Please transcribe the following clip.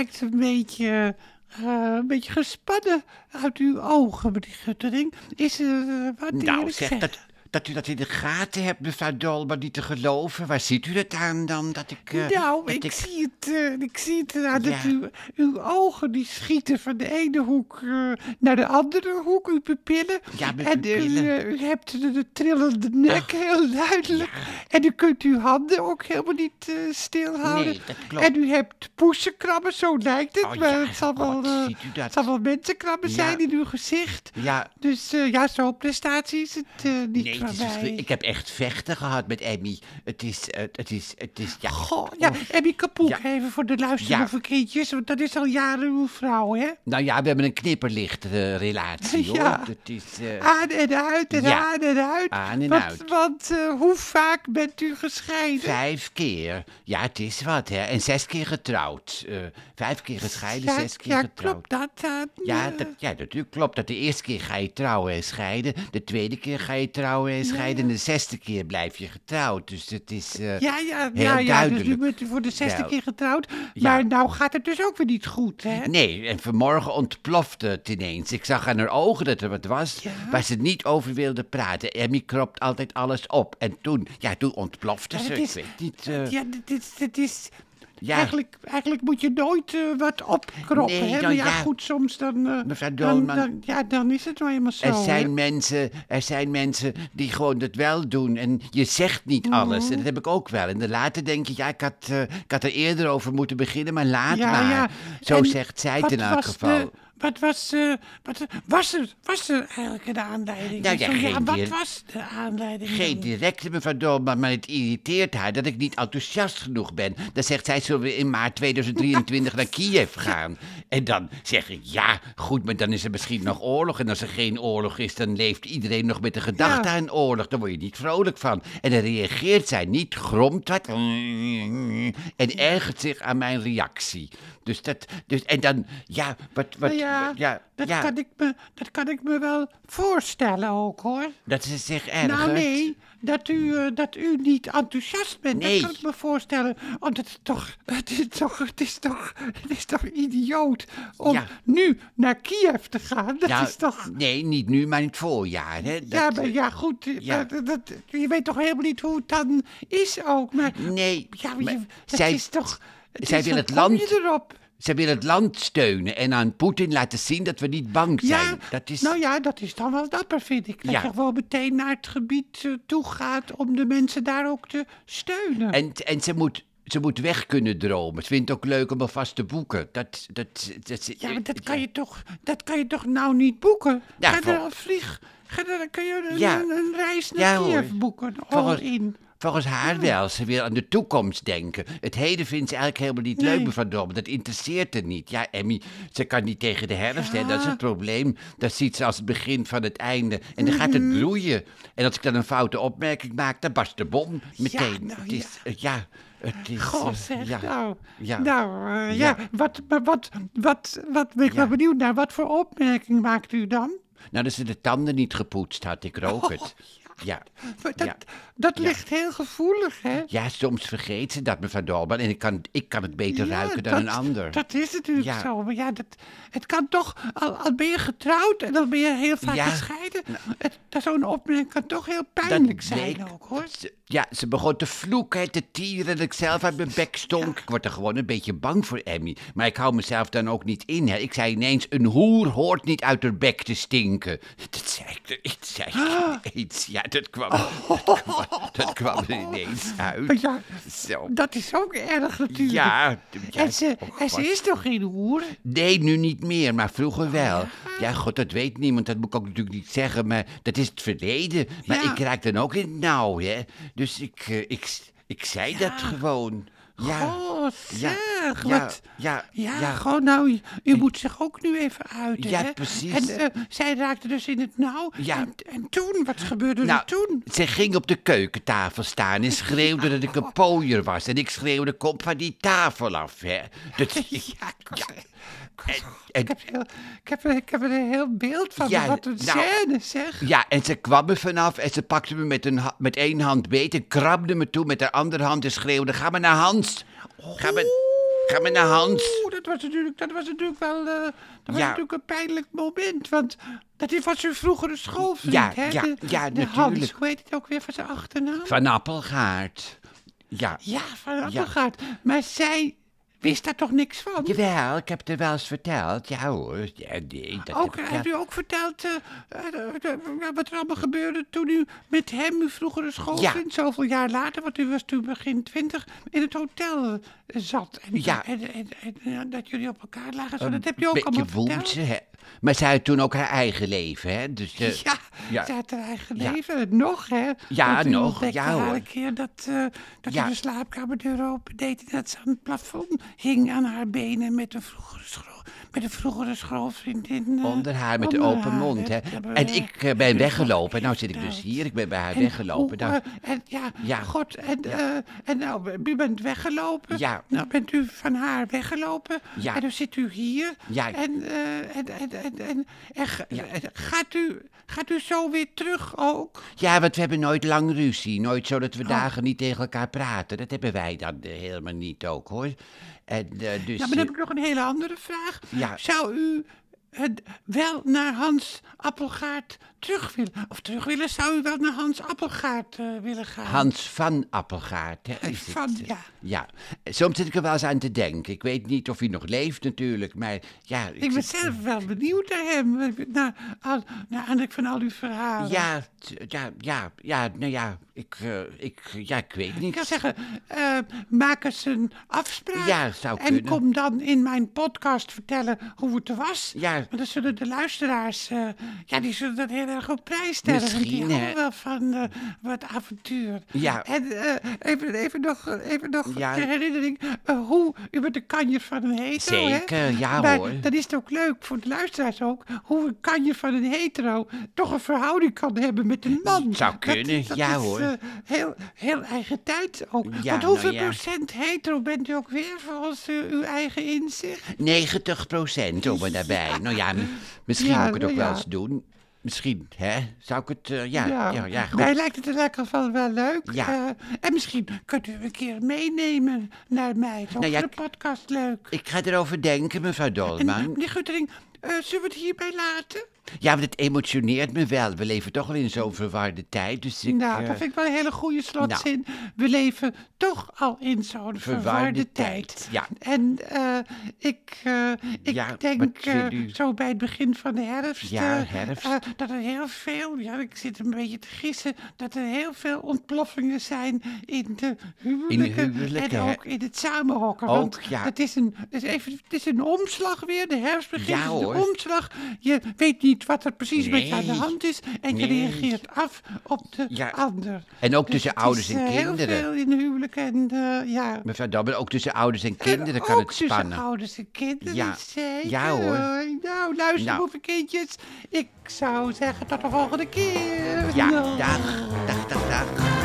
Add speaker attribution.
Speaker 1: kijkt een beetje gespannen uit uw ogen, meneer Guttering. Is er wat
Speaker 2: Nou,
Speaker 1: eerlijk
Speaker 2: zeg,
Speaker 1: zeggen?
Speaker 2: dat u dat in de gaten hebt, mevrouw Dolman, niet te geloven. Waar ziet u dat aan dan? Dat ik...
Speaker 1: Ik zie het eraan dat
Speaker 2: Ja.
Speaker 1: uw ogen die schieten van de ene hoek naar de andere hoek, uw pupillen.
Speaker 2: Ja, mijn
Speaker 1: En
Speaker 2: pupillen.
Speaker 1: u hebt de trillende nek, heel duidelijk. En u kunt uw handen ook helemaal niet stilhouden.
Speaker 2: Nee, dat klopt.
Speaker 1: En u hebt poesenkrabben, zo lijkt het.
Speaker 2: Oh,
Speaker 1: maar
Speaker 2: ja,
Speaker 1: het zal
Speaker 2: God,
Speaker 1: wel,
Speaker 2: ziet u dat?
Speaker 1: het zal wel mensenkrabben
Speaker 2: Ja.
Speaker 1: zijn in uw gezicht.
Speaker 2: Ja,
Speaker 1: Dus zo'n prestatie is het niet
Speaker 2: nee,
Speaker 1: van
Speaker 2: het is
Speaker 1: mij.
Speaker 2: verschrikkelijk. Ik heb echt vechten gehad met Emmy. Het is, ja...
Speaker 1: Goh, ja, Emmy Kapoek,
Speaker 2: Ja.
Speaker 1: even voor de luisterende kindjes, want dat is al jaren uw vrouw, hè?
Speaker 2: Nou ja, we hebben een knipperlichte relatie, hoor.
Speaker 1: Ja.
Speaker 2: Dat is...
Speaker 1: Aan en uit en
Speaker 2: Ja.
Speaker 1: aan en uit.
Speaker 2: Aan en
Speaker 1: want,
Speaker 2: uit.
Speaker 1: Want hoe vaak bent u gescheiden?
Speaker 2: 5 keer. Ja, het is wat, hè. En 6 keer getrouwd. 5 keer gescheiden, 6 keer
Speaker 1: ja,
Speaker 2: getrouwd.
Speaker 1: klopt dat dan?
Speaker 2: Ja, natuurlijk klopt. Dat de eerste keer ga je trouwen en scheiden. De tweede keer ga je trouwen en scheiden. En de 6e keer blijf je getrouwd. Dus het is heel
Speaker 1: dus
Speaker 2: duidelijk.
Speaker 1: nu bent u voor de 6e
Speaker 2: Wel.
Speaker 1: keer getrouwd.
Speaker 2: Ja.
Speaker 1: Maar nou gaat het dus ook weer niet goed, hè?
Speaker 2: Nee, en vanmorgen ontplofte het ineens. Ik zag aan haar ogen dat er wat was waar ze niet over wilde praten. Emmy kropt altijd alles op. En toen ontplofte
Speaker 1: Ja,
Speaker 2: ze.
Speaker 1: dat
Speaker 2: Ik
Speaker 1: is-
Speaker 2: weet niet...
Speaker 1: Ja, dit is...
Speaker 2: Ja.
Speaker 1: Eigenlijk moet je nooit wat opkroppen,
Speaker 2: Nee,
Speaker 1: hè?
Speaker 2: nou
Speaker 1: Maar ja,
Speaker 2: ja.
Speaker 1: goed, soms dan...
Speaker 2: Mevrouw Dolman.
Speaker 1: dan is het nou eenmaal zo,
Speaker 2: Er zijn mensen die gewoon het wel doen. En je zegt niet
Speaker 1: Mhm.
Speaker 2: alles. En dat heb ik ook wel. En later denk je, ik had er eerder over moeten beginnen, maar laat
Speaker 1: Ja,
Speaker 2: maar.
Speaker 1: ja.
Speaker 2: Zo
Speaker 1: En
Speaker 2: zegt zij het
Speaker 1: wat
Speaker 2: in elk
Speaker 1: was
Speaker 2: geval.
Speaker 1: Was er eigenlijk een aanleiding?
Speaker 2: Nou ja, geen
Speaker 1: wat
Speaker 2: idee.
Speaker 1: was de aanleiding?
Speaker 2: Geen
Speaker 1: dan?
Speaker 2: directe, mevrouw Dolman, maar het irriteert haar dat ik niet enthousiast genoeg ben. Dan zegt zij, zullen we in maart 2023 naar Kiev gaan? En dan zeg ik, ja, goed, maar dan is er misschien nog oorlog. En als er geen oorlog is, dan leeft iedereen nog met de gedachte
Speaker 1: Ja.
Speaker 2: aan oorlog. Daar word je niet vrolijk van. En dan reageert zij niet, gromt wat en ergert zich aan mijn reactie. En dan, ja,
Speaker 1: Nou ja, dat kan ik me wel voorstellen ook, hoor.
Speaker 2: dat is zich ergert.
Speaker 1: Nou nee, dat u niet enthousiast bent,
Speaker 2: Nee.
Speaker 1: dat kan ik me voorstellen. Omdat het is toch idioot om
Speaker 2: Ja.
Speaker 1: nu naar Kiev te gaan. Dat
Speaker 2: Ja,
Speaker 1: is toch...
Speaker 2: nee, niet nu, maar in het voorjaar. Hè?
Speaker 1: Ja, maar ja, goed.
Speaker 2: ja.
Speaker 1: Je weet toch helemaal niet hoe het dan is ook. Maar
Speaker 2: Nee,
Speaker 1: ja,
Speaker 2: maar
Speaker 1: dat
Speaker 2: zij-
Speaker 1: is toch...
Speaker 2: zij wil
Speaker 1: hoe
Speaker 2: het
Speaker 1: kom
Speaker 2: land-
Speaker 1: je erop?
Speaker 2: Zij wil het land steunen en aan Poetin laten zien dat we niet bang zijn.
Speaker 1: Ja,
Speaker 2: Dat is...
Speaker 1: nou ja, dat is dan wel dapper, vind ik. Dat
Speaker 2: Ja.
Speaker 1: je gewoon meteen naar het gebied toe gaat om de mensen daar ook te steunen.
Speaker 2: En ze moet weg kunnen dromen. Ze vindt het ook leuk om alvast te boeken.
Speaker 1: Ja, maar dat kan je toch nou niet boeken?
Speaker 2: Ja,
Speaker 1: Ga
Speaker 2: vol-
Speaker 1: er al vlieg. Dan kun je
Speaker 2: Ja.
Speaker 1: een reis naar
Speaker 2: Ja, hoor.
Speaker 1: Kiev boeken.
Speaker 2: Volgens-
Speaker 1: All in.
Speaker 2: Volgens haar wel. Ze wil aan de toekomst denken. Het heden vindt ze eigenlijk helemaal niet leuk,
Speaker 1: Nee.
Speaker 2: mevrouw Dolman. Dat interesseert haar niet. Ja, Emmy, ze kan niet tegen de herfst, hè.
Speaker 1: Ja.
Speaker 2: Dat is het probleem. Dat ziet ze als het begin van het einde. En dan gaat
Speaker 1: Mhm.
Speaker 2: het broeien. En als ik dan een foute opmerking maak, dan barst de bom meteen.
Speaker 1: nou
Speaker 2: het is, het is...
Speaker 1: Goh, zeg,
Speaker 2: ja.
Speaker 1: nou.
Speaker 2: Ja.
Speaker 1: Nou,
Speaker 2: Ja.
Speaker 1: wat ben ik wel
Speaker 2: Ja.
Speaker 1: benieuwd naar. Wat voor opmerking maakt u dan?
Speaker 2: Nou, dat ze de tanden niet gepoetst had. Ik rook het. Ja.
Speaker 1: Maar
Speaker 2: Ja.
Speaker 1: dat
Speaker 2: Ja.
Speaker 1: ligt heel gevoelig, hè?
Speaker 2: Ja, soms vergeet ze dat, mevrouw Dolman. En ik kan het beter
Speaker 1: Ja,
Speaker 2: ruiken dan een ander.
Speaker 1: Dat is natuurlijk
Speaker 2: Ja.
Speaker 1: zo. Maar ja, het kan toch, al ben je getrouwd en dan ben je heel vaak
Speaker 2: Ja. Nou,
Speaker 1: gescheiden. Zo'n opmerking kan toch heel pijnlijk zijn
Speaker 2: bleek-
Speaker 1: ook, hoor.
Speaker 2: Ze begon te vloeken, te tieren, dat ik zelf uit mijn bek stonk. Ik word er gewoon een beetje bang voor Emmy. Maar ik hou mezelf dan ook niet in. Hè. Ik zei ineens, een hoer hoort niet uit haar bek te stinken. Dat zei ik ineens. Ja, dat kwam er ineens
Speaker 1: Maar
Speaker 2: uit.
Speaker 1: ja,
Speaker 2: Zo.
Speaker 1: dat is ook erg natuurlijk.
Speaker 2: Ja,
Speaker 1: En ze
Speaker 2: God.
Speaker 1: is toch geen hoer?
Speaker 2: Nee, nu niet meer, maar vroeger wel. Ja, god, dat weet niemand, dat moet ik ook natuurlijk niet zeggen, maar dat is het verleden. Maar
Speaker 1: Ja.
Speaker 2: ik raak dan ook in het nauw, hè. Dus ik zei dat gewoon. Ja,
Speaker 1: Oh,
Speaker 2: ja,
Speaker 1: zeg,
Speaker 2: ja,
Speaker 1: wat...
Speaker 2: ja,
Speaker 1: Ja, gewoon nou, u moet zich ook nu even uiten,
Speaker 2: Ja,
Speaker 1: hè?
Speaker 2: precies.
Speaker 1: En zij raakte dus in het nauw.
Speaker 2: Ja.
Speaker 1: En toen, wat gebeurde
Speaker 2: Nou,
Speaker 1: er toen?
Speaker 2: ze ging op de keukentafel staan en schreeuwde dat ik een pooier was. En ik schreeuwde, kom van die tafel af, hè. Dat,
Speaker 1: Ik heb er een heel beeld van.
Speaker 2: Ja,
Speaker 1: Wat een
Speaker 2: nou,
Speaker 1: scène, zeg.
Speaker 2: ja, en ze kwam er vanaf en ze pakte me met één hand beet en krabde me toe met de andere hand en schreeuwde, ga maar naar Hans. Ga maar... Ga maar naar Hans.
Speaker 1: Dat was natuurlijk wel
Speaker 2: Ja.
Speaker 1: natuurlijk een pijnlijk moment. Want dat was uw vroegere schoolvriend,
Speaker 2: Ja,
Speaker 1: hè?
Speaker 2: ja, ja,
Speaker 1: de Hans,
Speaker 2: natuurlijk.
Speaker 1: hoe heet het ook weer van zijn achternaam?
Speaker 2: Van Appelgaard. Ja.
Speaker 1: Ja, van Appelgaard. Maar zij wist daar toch niks van?
Speaker 2: Jawel, ik heb het er wel eens verteld. Ja hoor. Ja, nee, dat
Speaker 1: Ook,
Speaker 2: heb ik
Speaker 1: heeft u ook verteld wat er allemaal gebeurde toen u met hem, uw vroegere schoolvriend, zoveel jaar later, want u was toen begin 20, in het hotel zat. En,
Speaker 2: Ja.
Speaker 1: en dat jullie op elkaar lagen. Zo, dat hebt u ook allemaal
Speaker 2: beetje
Speaker 1: verteld.
Speaker 2: woedse, hè. Maar zij had toen ook haar eigen leven, hè. Dus,
Speaker 1: Ja, ze had haar eigen
Speaker 2: Ja.
Speaker 1: leven. Nog, hè?
Speaker 2: Ja,
Speaker 1: Want u
Speaker 2: nog.
Speaker 1: ontdekte
Speaker 2: Ja,
Speaker 1: haar
Speaker 2: hoor.
Speaker 1: een keer dat
Speaker 2: Ja.
Speaker 1: u de slaapkamerdeur opendeed en dat ze aan het plafond hing aan haar benen met een vroegere schoolvriendin.
Speaker 2: Onder haar met de
Speaker 1: onder
Speaker 2: open
Speaker 1: haar,
Speaker 2: mond, hè.
Speaker 1: Dat
Speaker 2: En ik ben weggelopen. Nou zit ik dus
Speaker 1: verteld.
Speaker 2: hier. Ik ben bij haar
Speaker 1: En
Speaker 2: weggelopen.
Speaker 1: hoe,
Speaker 2: Nou, Ja.
Speaker 1: God, en nou, u bent weggelopen.
Speaker 2: Ja.
Speaker 1: Nou bent u van haar weggelopen.
Speaker 2: Ja.
Speaker 1: En dan zit u hier.
Speaker 2: Ja.
Speaker 1: Gaat u zo weer terug ook?
Speaker 2: Ja, want we hebben nooit lang ruzie. Nooit zo dat we dagen niet tegen elkaar praten. Dat hebben wij dan helemaal niet ook, hoor. En, dus,
Speaker 1: Ja, maar dan heb ik nog een hele andere vraag.
Speaker 2: Ja.
Speaker 1: Zou u wel naar Hans Appelgaard terug willen? Zou u wel naar Hans Appelgaard willen gaan?
Speaker 2: Hans van Appelgaard, hè. is
Speaker 1: Van,
Speaker 2: het,
Speaker 1: ja.
Speaker 2: Ja, soms zit ik er wel eens aan te denken. Ik weet niet of hij nog leeft natuurlijk, maar ja...
Speaker 1: Ik ben zelf wel benieuwd naar hem. Naar aanleiding van al uw verhalen.
Speaker 2: Nou ja, ik weet
Speaker 1: Ik
Speaker 2: niet.
Speaker 1: kan zeggen, maak eens een afspraak.
Speaker 2: Ja, zou
Speaker 1: en
Speaker 2: kunnen.
Speaker 1: kom dan in mijn podcast vertellen hoe het was.
Speaker 2: Ja.
Speaker 1: Want dan zullen de luisteraars, die zullen dat heel erg op prijs stellen. Want die
Speaker 2: Misschien, hè.
Speaker 1: houden wel van wat avontuur.
Speaker 2: Ja.
Speaker 1: En even nog
Speaker 2: Ja.
Speaker 1: ter herinnering, hoe u met de kanjer van een hetero, hè?
Speaker 2: Zeker, ja,
Speaker 1: Maar
Speaker 2: hoor.
Speaker 1: dan is het ook leuk voor de luisteraars ook, hoe een kanjer van een hetero toch een verhouding kan hebben met een man.
Speaker 2: Zou kunnen,
Speaker 1: dat
Speaker 2: ja,
Speaker 1: is,
Speaker 2: hoor.
Speaker 1: heel eigen tijd ook.
Speaker 2: Ja,
Speaker 1: Want hoeveel
Speaker 2: nou ja.
Speaker 1: procent hetero bent u ook weer volgens uw eigen inzicht?
Speaker 2: 90% om en daarbij. Nou ja, misschien
Speaker 1: Ja,
Speaker 2: moet ik het ook
Speaker 1: nou
Speaker 2: wel
Speaker 1: ja.
Speaker 2: eens doen. Misschien, hè? Zou ik het... ja, goed.
Speaker 1: Mij lijkt het in elk geval wel leuk.
Speaker 2: Ja.
Speaker 1: En misschien kunt u een keer meenemen naar mij. Het is ook
Speaker 2: Nou ja,
Speaker 1: voor de podcast leuk.
Speaker 2: Ik ga erover denken, mevrouw
Speaker 1: En
Speaker 2: Dolman.
Speaker 1: meneer Guttering, zullen we het hierbij laten?
Speaker 2: Ja, want het emotioneert me wel. We leven toch wel in zo'n verwarde tijd, dus ik...
Speaker 1: Nou, dat vind ik wel een hele goede slotzin. We leven toch al in zo'n verwarde tijd.
Speaker 2: Ja.
Speaker 1: En ik
Speaker 2: Ja,
Speaker 1: denk
Speaker 2: wat vindt u?
Speaker 1: zo bij het begin van de herfst...
Speaker 2: Ja, herfst.
Speaker 1: dat er heel veel, ik zit een beetje te gissen... dat er heel veel ontploffingen zijn in de huwelijken.
Speaker 2: huwelijken,
Speaker 1: en
Speaker 2: hè?
Speaker 1: ook in het samenhokken.
Speaker 2: Ook,
Speaker 1: Want
Speaker 2: ja.
Speaker 1: het is een omslag weer. De herfst begint,
Speaker 2: Ja,
Speaker 1: het is
Speaker 2: hoor.
Speaker 1: de omslag. Je weet niet wat er precies met je aan de
Speaker 2: Nee.
Speaker 1: hand is. En je
Speaker 2: Nee.
Speaker 1: reageert af op de
Speaker 2: Ja.
Speaker 1: ander.
Speaker 2: En ook
Speaker 1: Dus
Speaker 2: tussen
Speaker 1: het
Speaker 2: ouders
Speaker 1: is,
Speaker 2: en
Speaker 1: heel
Speaker 2: kinderen.
Speaker 1: veel in huwelijk en ja.
Speaker 2: Mevrouw Dolman, ook tussen ouders en
Speaker 1: En
Speaker 2: kinderen kan
Speaker 1: ook
Speaker 2: het spannen.
Speaker 1: tussen ouders en kinderen,
Speaker 2: Ja.
Speaker 1: zeker.
Speaker 2: Ja, hoor.
Speaker 1: Nou, luister,
Speaker 2: Nou.
Speaker 1: boevenkindjes. Ik zou zeggen tot de volgende keer.
Speaker 2: Ja,
Speaker 1: Nou.
Speaker 2: dag.